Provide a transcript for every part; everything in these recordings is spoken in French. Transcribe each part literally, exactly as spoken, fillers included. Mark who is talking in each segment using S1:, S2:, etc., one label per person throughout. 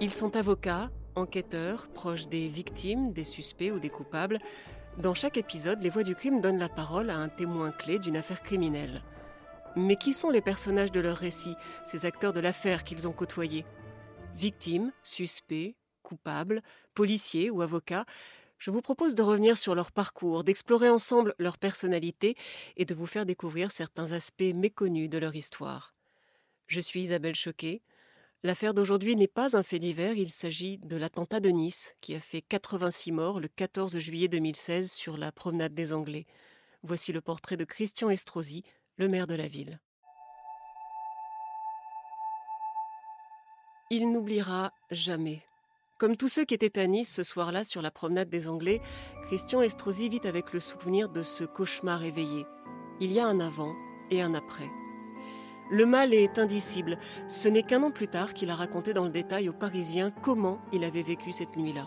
S1: Ils sont avocats, enquêteurs, proches des victimes, des suspects ou des coupables. Dans chaque épisode, les voix du crime donnent la parole à un témoin clé d'une affaire criminelle. Mais qui sont les personnages de leur récit, ces acteurs de l'affaire qu'ils ont côtoyés ? Victimes, suspects, coupables, policiers ou avocats, je vous propose de revenir sur leur parcours, d'explorer ensemble leur personnalité et de vous faire découvrir certains aspects méconnus de leur histoire. Je suis Isabelle Choquet. L'affaire d'aujourd'hui n'est pas un fait divers, il s'agit de l'attentat de Nice qui a fait quatre-vingt-six morts le quatorze juillet deux mille seize sur la promenade des Anglais. Voici le portrait de Christian Estrosi, le maire de la ville. Il n'oubliera jamais. Comme tous ceux qui étaient à Nice ce soir-là sur la promenade des Anglais, Christian Estrosi vit avec le souvenir de ce cauchemar éveillé. Il y a un avant et un après. Le mal est indicible. Ce n'est qu'un an plus tard qu'il a raconté dans le détail aux Parisiens comment il avait vécu cette nuit-là.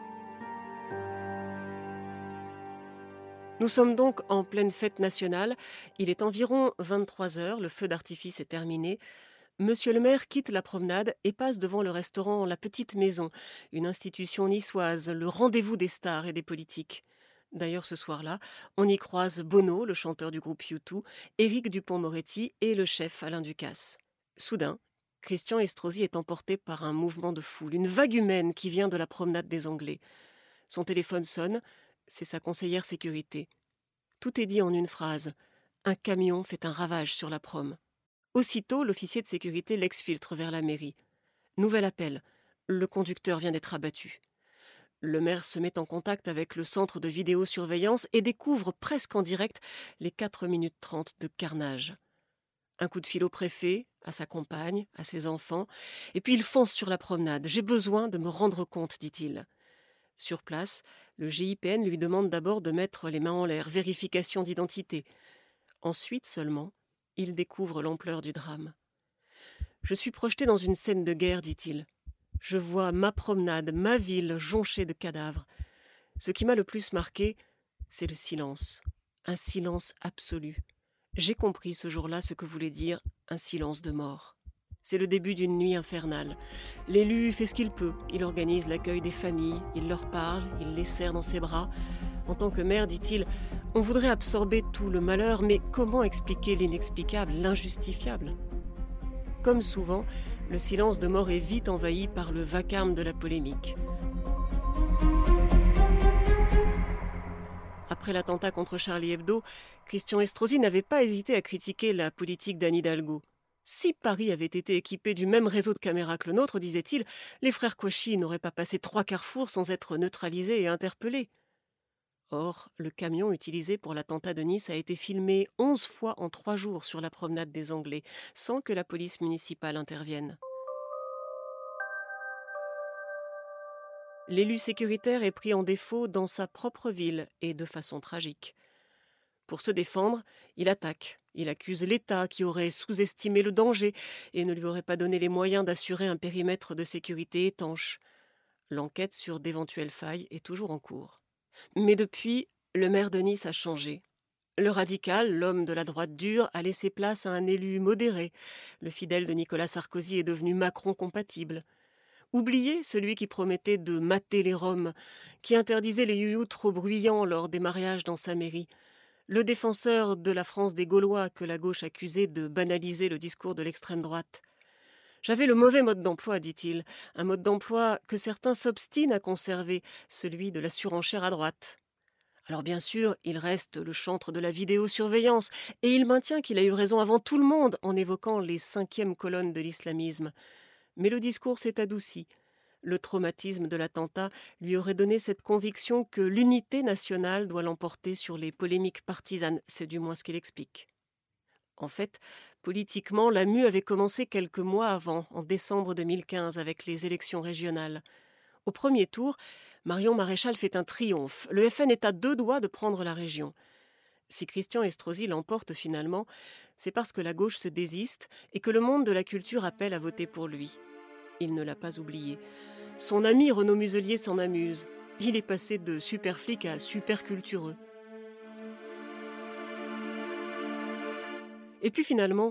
S1: Nous sommes donc en pleine fête nationale. Il est environ vingt-trois heures, le feu d'artifice est terminé. Monsieur le maire quitte la promenade et passe devant le restaurant La Petite Maison, une institution niçoise, le rendez-vous des stars et des politiques. D'ailleurs, ce soir-là, on y croise Bono, le chanteur du groupe U deux, Éric Dupond-Moretti et le chef Alain Ducasse. Soudain, Christian Estrosi est emporté par un mouvement de foule, une vague humaine qui vient de la promenade des Anglais. Son téléphone sonne, c'est sa conseillère sécurité. Tout est dit en une phrase. Un camion fait un ravage sur la prom. Aussitôt, l'officier de sécurité l'exfiltre vers la mairie. Nouvel appel. Le conducteur vient d'être abattu. Le maire se met en contact avec le centre de vidéosurveillance et découvre presque en direct les quatre minutes trente de carnage. Un coup de fil au préfet, à sa compagne, à ses enfants, et puis il fonce sur la promenade. « J'ai besoin de me rendre compte », dit-il. Sur place, le G I P N lui demande d'abord de mettre les mains en l'air, vérification d'identité. Ensuite seulement, il découvre l'ampleur du drame. « Je suis projeté dans une scène de guerre », dit-il. Je vois ma promenade, ma ville jonchée de cadavres. Ce qui m'a le plus marqué, c'est le silence. Un silence absolu. J'ai compris ce jour-là ce que voulait dire un silence de mort. C'est le début d'une nuit infernale. L'élu fait ce qu'il peut. Il organise l'accueil des familles, il leur parle, il les serre dans ses bras. En tant que maire, dit-il, on voudrait absorber tout le malheur, mais comment expliquer l'inexplicable, l'injustifiable ? Comme souvent, le silence de mort est vite envahi par le vacarme de la polémique. Après l'attentat contre Charlie Hebdo, Christian Estrosi n'avait pas hésité à critiquer la politique d'Anne Hidalgo. Si Paris avait été équipé du même réseau de caméras que le nôtre, disait-il, les frères Kouachi n'auraient pas passé trois carrefours sans être neutralisés et interpellés. Or, le camion utilisé pour l'attentat de Nice a été filmé onze fois en trois jours sur la promenade des Anglais, sans que la police municipale intervienne. L'élu sécuritaire est pris en défaut dans sa propre ville, et de façon tragique. Pour se défendre, il attaque. Il accuse l'État qui aurait sous-estimé le danger et ne lui aurait pas donné les moyens d'assurer un périmètre de sécurité étanche. L'enquête sur d'éventuelles failles est toujours en cours. Mais depuis, le maire de Nice a changé. Le radical, l'homme de la droite dure, a laissé place à un élu modéré. Le fidèle de Nicolas Sarkozy est devenu Macron compatible. Oubliez celui qui promettait de mater les Roms, qui interdisait les you-you trop bruyants lors des mariages dans sa mairie. Le défenseur de la France des Gaulois que la gauche accusait de banaliser le discours de l'extrême droite. J'avais le mauvais mode d'emploi, dit-il, un mode d'emploi que certains s'obstinent à conserver, celui de la surenchère à droite. Alors bien sûr, il reste le chantre de la vidéosurveillance, et il maintient qu'il a eu raison avant tout le monde en évoquant les cinquièmes colonnes de l'islamisme. Mais le discours s'est adouci. Le traumatisme de l'attentat lui aurait donné cette conviction que l'unité nationale doit l'emporter sur les polémiques partisanes, c'est du moins ce qu'il explique. En fait, politiquement, la mue avait commencé quelques mois avant, en décembre deux mille quinze, avec les élections régionales. Au premier tour, Marion Maréchal fait un triomphe. Le F N est à deux doigts de prendre la région. Si Christian Estrosi l'emporte finalement, c'est parce que la gauche se désiste et que le monde de la culture appelle à voter pour lui. Il ne l'a pas oublié. Son ami Renaud Muselier s'en amuse. Il est passé de super flic à super cultureux. Et puis finalement,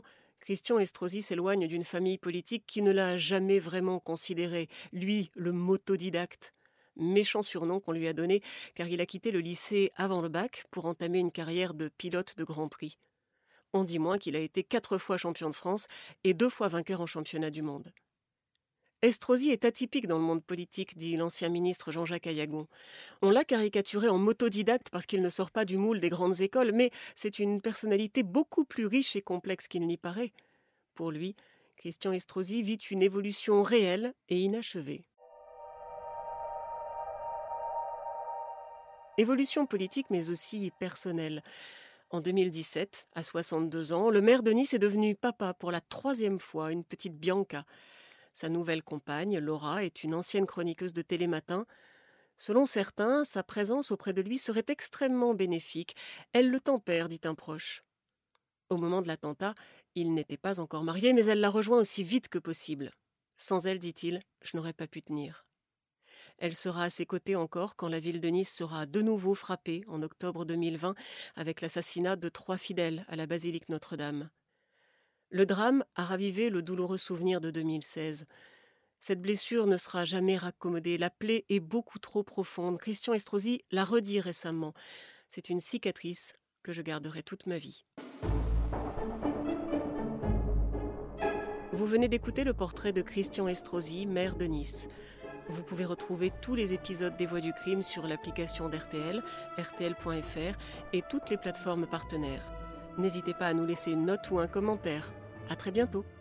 S1: Christian Estrosi s'éloigne d'une famille politique qui ne l'a jamais vraiment considéré, lui, le motodidacte. Méchant surnom qu'on lui a donné car il a quitté le lycée avant le bac pour entamer une carrière de pilote de Grand Prix. On dit moins qu'il a été quatre fois champion de France et deux fois vainqueur en championnat du monde. Estrosi est atypique dans le monde politique, dit l'ancien ministre Jean-Jacques Ayagon. On l'a caricaturé en motodidacte parce qu'il ne sort pas du moule des grandes écoles, mais c'est une personnalité beaucoup plus riche et complexe qu'il n'y paraît. Pour lui, Christian Estrosi vit une évolution réelle et inachevée. Évolution politique mais aussi personnelle. En deux mille dix-sept, à soixante-deux ans, le maire de Nice est devenu papa pour la troisième fois, une petite Bianca. Sa nouvelle compagne, Laura, est une ancienne chroniqueuse de Télématin. Selon certains, sa présence auprès de lui serait extrêmement bénéfique. Elle le tempère, dit un proche. Au moment de l'attentat, il n'était pas encore marié, mais elle l'a rejoint aussi vite que possible. Sans elle, dit-il, je n'aurais pas pu tenir. Elle sera à ses côtés encore quand la ville de Nice sera de nouveau frappée en octobre deux mille vingt avec l'assassinat de trois fidèles à la basilique Notre-Dame. Le drame a ravivé le douloureux souvenir de deux mille seize. Cette blessure ne sera jamais raccommodée. La plaie est beaucoup trop profonde. Christian Estrosi l'a redit récemment. C'est une cicatrice que je garderai toute ma vie. Vous venez d'écouter le portrait de Christian Estrosi, maire de Nice. Vous pouvez retrouver tous les épisodes des Voix du crime sur l'application d'R T L, R T L point F R et toutes les plateformes partenaires. N'hésitez pas à nous laisser une note ou un commentaire. À très bientôt.